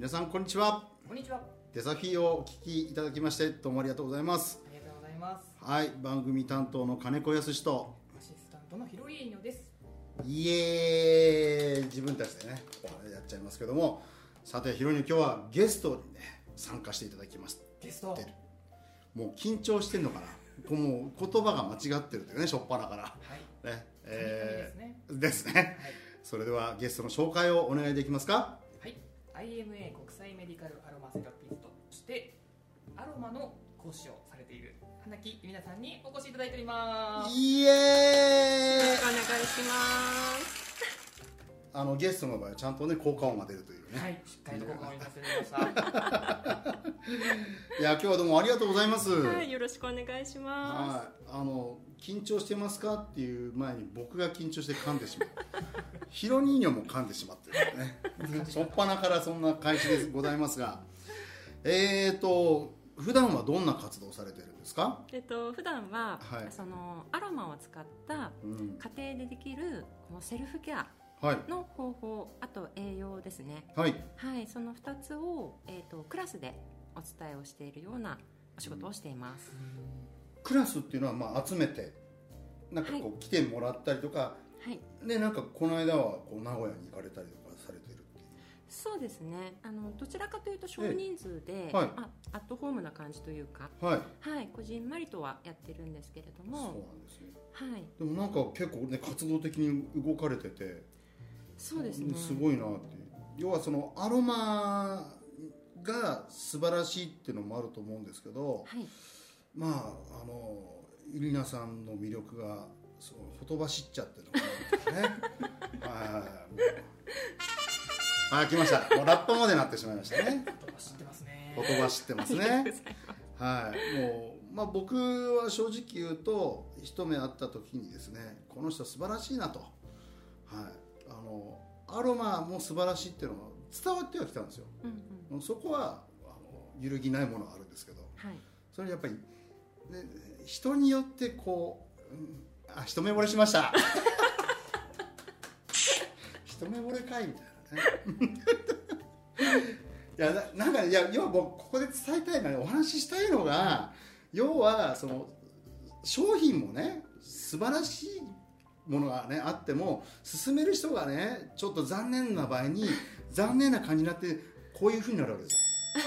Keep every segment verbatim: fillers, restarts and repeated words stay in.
皆さんこんにちは。 こんにちは。 デザフィーをお聞きいただきましてどうもありがとうございます。 ありがとうございます。 はい、番組担当の金子康とアシスタントのヒロイーニョです。 イエーイ、自分たちでねやっちゃいますけども、さてヒロイニョ、今日はゲストにね参加していただきます。 ゲストもう緊張してんのかな、もう言葉が間違ってるというね、しょっぱなから、 はいねえー、 ですね。 ですね、はい、それではゲストの紹介をお願いできますか。 はい、アイエムエー 国際メディカルアロマセラピストとしてアロマの講師をされている花木ゆりなさんにお越しいただいております。 イエーイ、 よろしくお願いします。 あのゲストの場合はちゃんとね効果音が出るというね、 はい、しっかりと効果音にさせてみましたいや今日はどうもありがとうございます。 はい、よろしくお願いします。 はい、あの緊張してますかっていう前に僕が緊張して噛んでしまうヒロニーニョも噛んでしまってるねしょっぱなからそんな開始でございますが、えーと普段はどんな活動をされてるんですか。 えっと普段は、 はい、 そのアロマを使った家庭でできるこのセルフケアの方法、あと栄養ですね。 はい、 はい、そのふたつを、えー、とクラスでお伝えをしているようなお仕事をしています。 クラスっていうのはまあ集めてなんかこう、はい、来てもらったりとか、はい、でなんかこの間はこう名古屋に行かれたりとかされてるっていう。 そうですね、あのどちらかというと少人数で、 はい、 あアットホームな感じというか、 はいはい、こじんまりとはやってるんですけれども。 そうなんですね、 はい、 でもなんか結構ね活動的に動かれてて、 そうですね、 すごいなっていう。要はそのアロマが素晴らしいっていうのもあると思うんですけど、 はい、 まああのゆりなさんの魅力がそのほとばしっちゃってるのかなねはい、来ました。もうラッパまでなってしまいましたね。 ほとばしってますね。 ほとばしってますね。はい、もうまあ僕は正直言うと一目会った時にですね、この人素晴らしいなと、はい、あのアロマも素晴らしいっていうのが伝わってはきたんですよ。うんうん、そこはあの揺るぎないものがあるんですけど、はい、それやっぱり、ね、人によってこう、うん、あ一目惚れしました一目惚れかいみたいなねいや な, なんかいや要は僕ここで伝えたいのは、お話ししたいのが、要はその商品もね素晴らしいものがねあっても、勧める人がねちょっと残念な場合に残念な感じになってこういう風になるわけです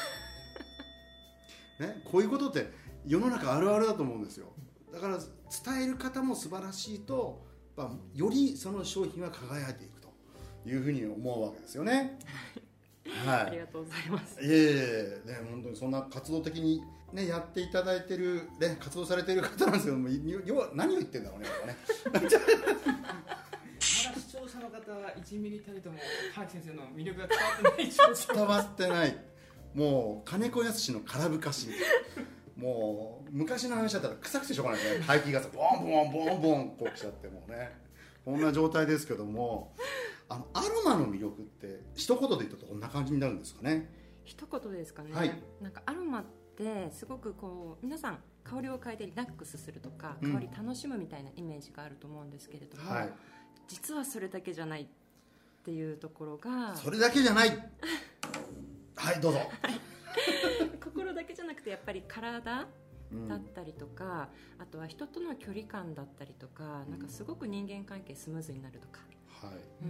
よ、ね、こういうことって世の中あるあるだと思うんですよ。だから伝える方も素晴らしいと、やっぱよりその商品は輝いていくというふうに思うわけですよねはい、 ありがとうございます。 いえいえ、ね、本当にそんな活動的に、ね、やっていただいてる、ね、活動されている方なんですけども、要は何を言ってんだろうねねまだ視聴者の方はいちミリたりとも花木先生の魅力が伝わってない状況。 伝わってない。もう金子康の空ぶかしもう昔の話だったら臭くてしょうがないですね。排気ガスボンボンボンボンこう来ちゃってもうね、こんな状態ですけども、あのアロマの魅力って一言で言うとどんな感じになるんですかね。 一言ですかね、 はい、 なんかアロマってすごくこう皆さん香りを変えてリラックスするとか、香り楽しむみたいなイメージがあると思うんですけれども、はい、実はそれだけじゃないっていうところが。 それだけじゃないはいどうぞ心だけじゃなくてやっぱり体だったりとか、うん、あとは人との距離感だったりとか、うん、なんかすごく人間関係スムーズになるとか、 はい、 うん、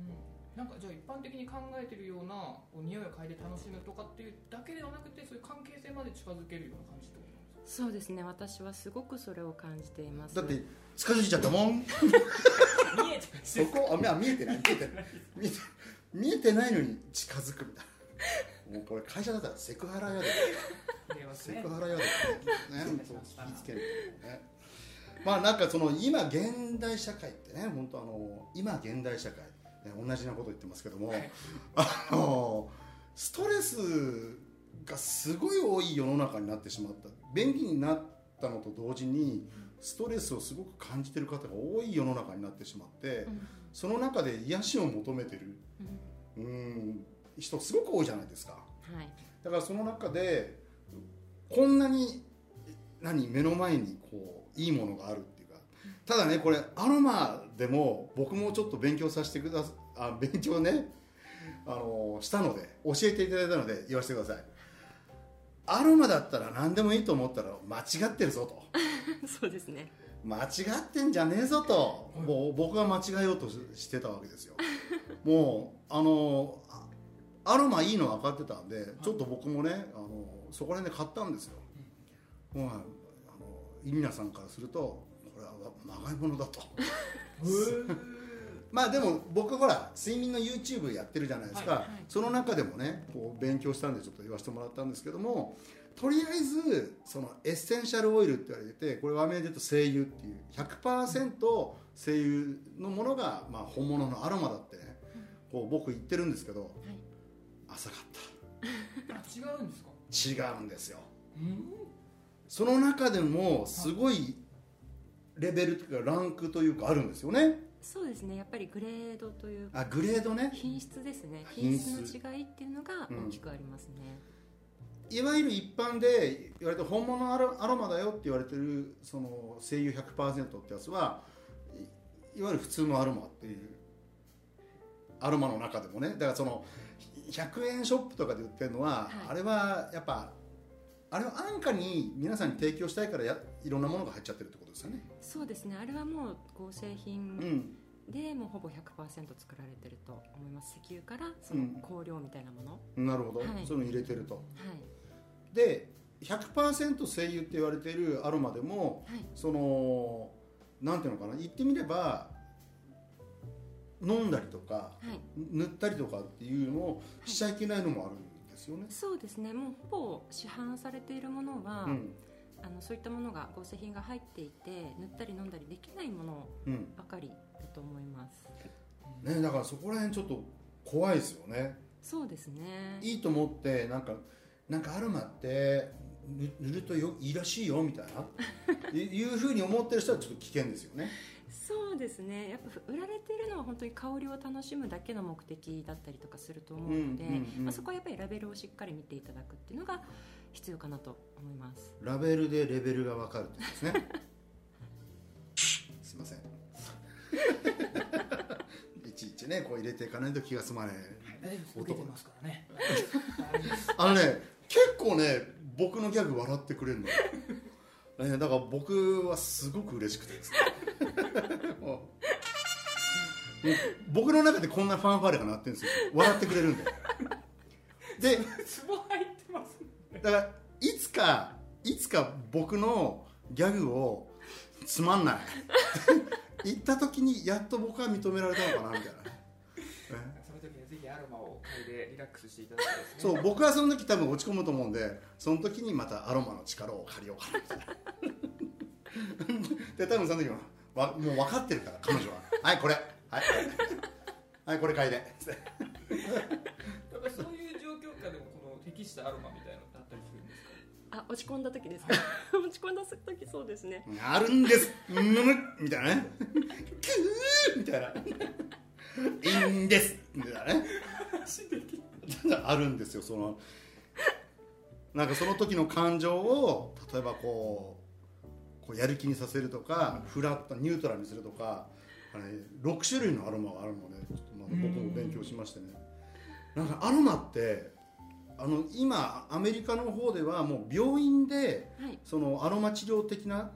なんかじゃあ一般的に考えてるようなこう匂いを嗅いで楽しむとかっていうだけではなくて、そういう関係性まで近づけるような感じってことなんですか。 そうですね、私はすごくそれを感じています。 だって近づいちゃったもん見えてそこあ見えてない見えてない見えて見えてないのに近づくみたいなもうこれ会社だったらセクハラやで、セクハラやでね、気ぃつけるね。まあなんかその今現代社会ってね、本当あの今現代社会、ね、同じなこと言ってますけども、あのストレスがすごい多い世の中になってしまった。便利になったのと同時にストレスをすごく感じている方が多い世の中になってしまって、その中で癒しを求めてる、うん、人すごく多いじゃないですか、はい、だからその中でこんなに何目の前にこういいものがあるっていうか、ただねこれアロマでも僕もちょっと勉強させてくださあ勉強ねあのしたので教えていただいたので言わせてください。アロマだったら何でもいいと思ったら間違ってるぞとそうですね、 間違ってんじゃねえぞと、はい、もう僕が間違えようとしてたわけですよもうあのアロマいいの分かってたんで、はい、ちょっと僕もねあのそこら辺で買ったんですよ、うん、もうあのイミナさんからするとこれはまがいものだとまあでも僕ほら睡眠の YouTube やってるじゃないですか、はいはい、その中でもねこう勉強したんでちょっと言わせてもらったんですけども、とりあえずそのエッセンシャルオイルって言われてて、これ和名で言うと精油っていう ひゃくパーセント 精油のものがまあ本物のアロマだってね、こう僕言ってるんですけど、はい、浅かった違うんですか？ 違うんですよ、うん、その中でもすごいレベルというかランクというかあるんですよね。 そうですね、やっぱりグレードというか、 あグレードね、 品質ですね、品質の違いっていうのが大きくありますね、 うん、いわゆる一般で言われて本物のアロ、アロマだよって言われてるその精油 ひゃくパーセント ってやつはいわゆる普通のアロマっていうアロマの中でもね、だからそのひゃくえんショップとかで売ってるのは、はい、あれはやっぱあれは安価に皆さんに提供したいからやいろんなものが入っちゃってるってことですよね。 そうですね、あれはもう合成品でもうほぼ ひゃくパーセント 作られてると思います。石油からその香料みたいなもの、 うん、なるほど、はい、そういうの入れてると、 はい、 で ひゃくパーセント 精油って言われているアロマでも、はい、そのなんていうのかな、言ってみれば飲んだりとか、はい、塗ったりとかっていうのをしちゃいけないのもあるんですよね、はい、 そうですね、もうほぼ市販されているものは、うん、あのそういったものが合成品が入っていて塗ったり飲んだりできないものばかりだと思います、 うん、ね、だからそこら辺ちょっと怖いですよね。 そうですね、 いいと思ってなんかなんかアロマって塗るとよいいらしいよみたいないうふうに思ってる人はちょっと危険ですよね。 そうですね、やっぱ売られているのは本当に香りを楽しむだけの目的だったりとかすると思うので、うんうんうん、まあ、そこはやっぱりラベルをしっかり見ていただくっていうのが必要かなと思います。 ラベルでレベルが分かるってことですねすいませんいちいちねこう入れていかないと気が済まない、 受けてますからねあのね結構ね僕のギャグ笑ってくれるのね、だから僕はすごく嬉しくてですね僕の中でこんなファンファーレが鳴ってるんですよ、笑ってくれるんででツボ入ってます、 ね、だからいつかいつか僕のギャグをつまんない言った時にやっと僕は認められたのかなみたいなその時にぜひアロマを嗅いでリラックスしていただきたいですね。 そう、僕はその時多分落ち込むと思うんで、その時にまたアロマの力を借りようかなみたいなで多分その時はわもう分かってるから彼女ははいこれはいはいこれ嗅いでやっぱりそういう状況下でもこの適したアロマみたいなのってあったりするんですか？ あ、落ち込んだ時ですか落ち込んだ時そうですね、 あるんですむむみたいなねクーみたいないいんですみたいなねあるんですよ。そのなんかその時の感情を例えばこう、こうやる気にさせるとか、フラットニュートラルにするとか、あれろく種類のアロマがあるので、ちょっとまあ僕も勉強しましてね、なんかアロマってあの今アメリカの方ではもう病院で、はい、そのアロマ治療的な、はい、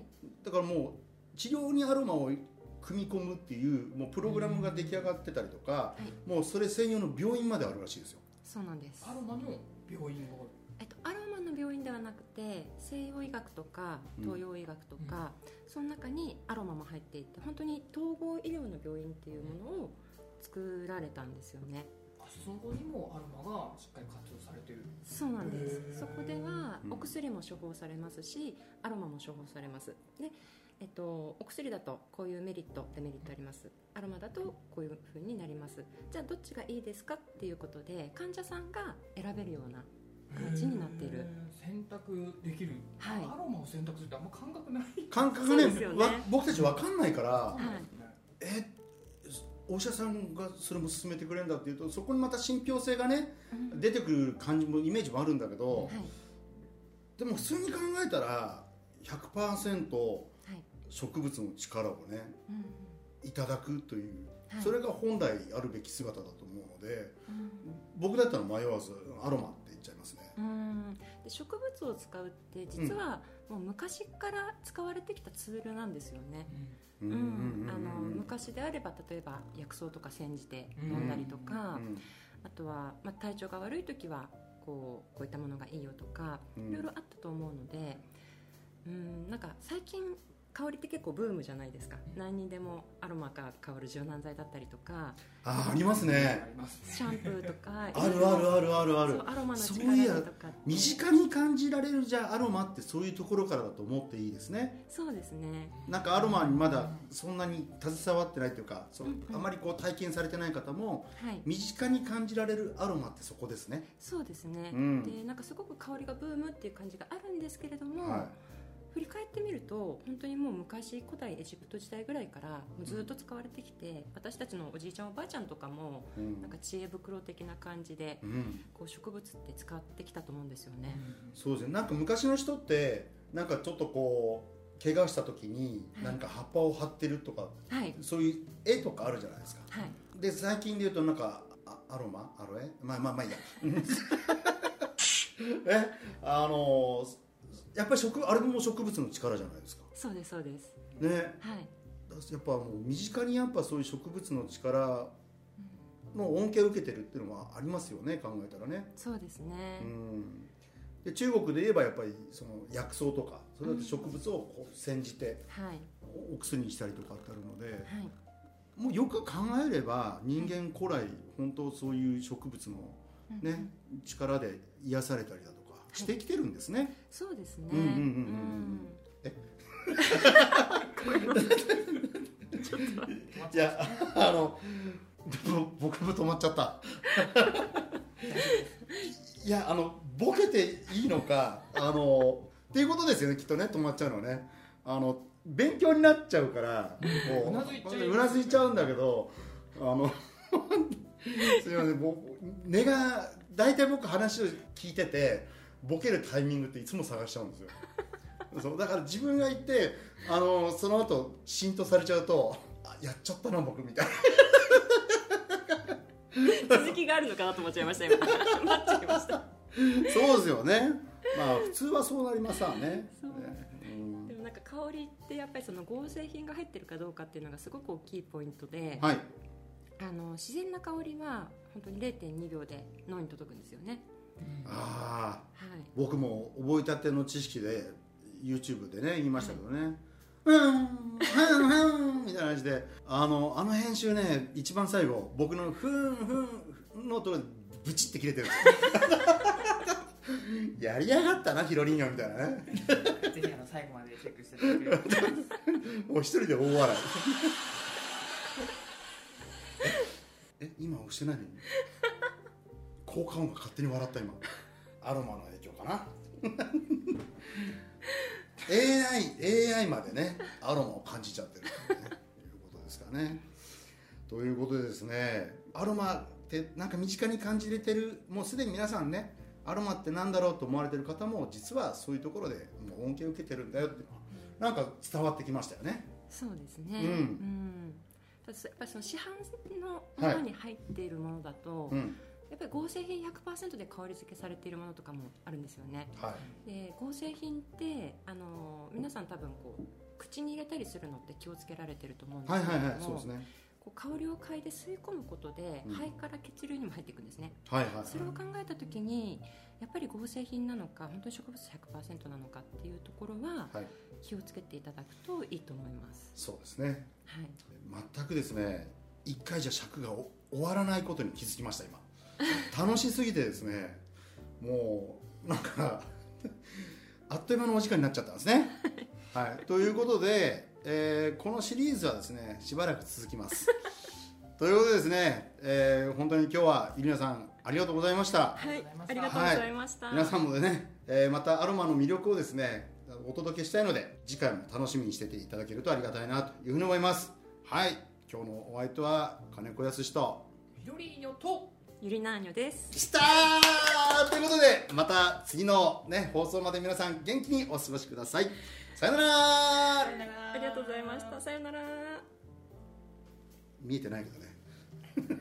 だからもう治療にアロマを組み込むっていうもうプログラムが出来上がってたりとか、はい、もうそれ専用の病院まであるらしいですよ。 そうなんです。 アロマの病院がある、 えっと、アロマの病院ではなくて西洋医学とか東洋医学とか、うん、その中にアロマも入っていて本当に統合医療の病院っていうものを作られたんですよね。 そこにもアロマがしっかり活用されてる。 そうなんです。そこではお薬も処方されますし、アロマも処方されます。で、えっと、お薬だとこういうメリットデメリットあります、アロマだとこういう風になります、じゃあどっちがいいですかっていうことで患者さんが選べるような形になっている。 選択できる、はい、アロマを選択するってあんま感覚ない感覚ね、ね僕たち分かんないから、はい、えお医者さんがそれも勧めてくれるんだっていうとそこにまた信憑性がね、うん、出てくる感じもイメージもあるんだけど、はい、でも普通に考えたら ひゃくパーセント 植物の力をね、うん、いただくというそれが本来あるべき姿だと思うので、うん、僕だったら迷わずアロマって言っちゃいますね。 うんで植物を使うって実はもう昔から使われてきたツールなんですよね。昔であれば例えば薬草とか煎じて飲んだりとか、うんうん、あとは、まあ、体調が悪い時はこう、こういったものがいいよとか、うん、いろいろあったと思うので、うんなんか最近香りって結構ブームじゃないですか。何にでもアロマが香る柔軟剤だったりとか、 あありますね。 シャンプーとかあるあるあるあるある。 アロマの力とか身近に感じられるじゃアロマってそういうところからだと思っていいですね。 そうですね。 なんかアロマにまだそんなに携わってないというか、そのあまりこう体験されてない方も、はい、身近に感じられるアロマってそこですね。 そうですね、うん、でなんかすごく香りがブームっていう感じがあるんですけれども、はい、振り返ってみると本当にもう昔古代エジプト時代ぐらいからずっと使われてきて、私たちのおじいちゃんおばあちゃんとかもなんか知恵袋的な感じでこう植物って使ってきたと思うんですよね、 うん、そうですね。なんか昔の人ってなんかちょっとこう怪我した時になんか葉っぱを張ってるとか、はい、そういう絵とかあるじゃないですか、はい、で最近で言うとなんかアロマアロエまあまあまあいいやえあのーやっぱり植あれも植物の力じゃないですか。 そうですそうですね、はい、やっぱもう身近にやっぱそういう植物の力の恩恵を受けてるっていうのはありますよね、考えたらね。 そうですね、うん、 で中国で言えばやっぱりその薬草とかそれだって植物をこう煎じてお薬にしたりとかってあるので、はい、もうよく考えれば人間古来本当そういう植物の、ねうん、力で癒されたりだとかしてきてるんですね、はい、 そうですね。 えいやあの僕も止まっちゃったいやあのボケていいのかあのっていうことですよね、きっとね。止まっちゃうのはね、あの勉強になっちゃうからこううなずいちゃうんだけど、あのすいません、もう根が大体僕話を聞いててボケるタイミングっていつも探しちゃうんですよそうだから自分が言ってあのその後浸透されちゃうとあやっちゃったな僕みたいな続きがあるのかなと思っちゃいました今待っちゃいましたそうですよね。まあ普通はそうなりますわね。そううん、でもなんか香りってやっぱりその合成品が入ってるかどうかっていうのがすごく大きいポイントで、はい、あの自然な香りは本当に れいてんにびょうで脳に届くんですよね。 ああ、はい、僕も覚えたての知識で YouTube でね言いましたけどね、はい、うんふんふんみたいな感じであのあの編集ね一番最後僕のふんふんの音でブチって切れてるんですよやりやがったなヒロリンよみたいなねぜひあの最後までチェックしていただければもう一人で大笑いええ今押してないのに効果音が勝手に笑った今アロマの影響かなエーアイ, エーアイ までねアロマを感じちゃってると、ね、いうことですかね。ということでですね、アロマってなんか身近に感じれてる、もうすでに皆さんねアロマってなんだろうと思われてる方も実はそういうところでもう恩恵を受けてるんだよってなんか伝わってきましたよね。 そうですね、うんうん、やっぱりその市販のものに入っているものだと、はいうん、やっぱり合成品 ひゃくパーセント で香り付けされているものとかもあるんですよね、はい、で合成品ってあの皆さん多分こう口に入れたりするのって気をつけられてると思うんですけども、はいはいはい、そうですね、こう香りを嗅いで吸い込むことで、うん、肺から血流にも入っていくんですね、はいはいはい、それを考えた時にやっぱり合成品なのか本当に植物 ひゃくパーセント なのかっていうところは、はい、気をつけていただくといいと思います。 そうですね、はい、全くですねいっかいじゃ尺が終わらないことに気づきました今楽しすぎてですねもうなんかあっという間のお時間になっちゃったんですねはい、ということで、えー、このシリーズはですねしばらく続きますということでですね、えー、本当に今日はゆりなさんありがとうございました。 はい、ありがとうございました、 はい、皆さんもでね、えー、またアロマの魅力をですねお届けしたいので次回も楽しみにしてていただけるとありがたいなというふうに思います。はい、今日のお相手は金子康とひろりーにょとゆりなーにょです。 きたーということでまた次の、ね、放送まで皆さん元気にお過ごしください。さよなら。 ありがとうございました。さよなら。 見えてないけどね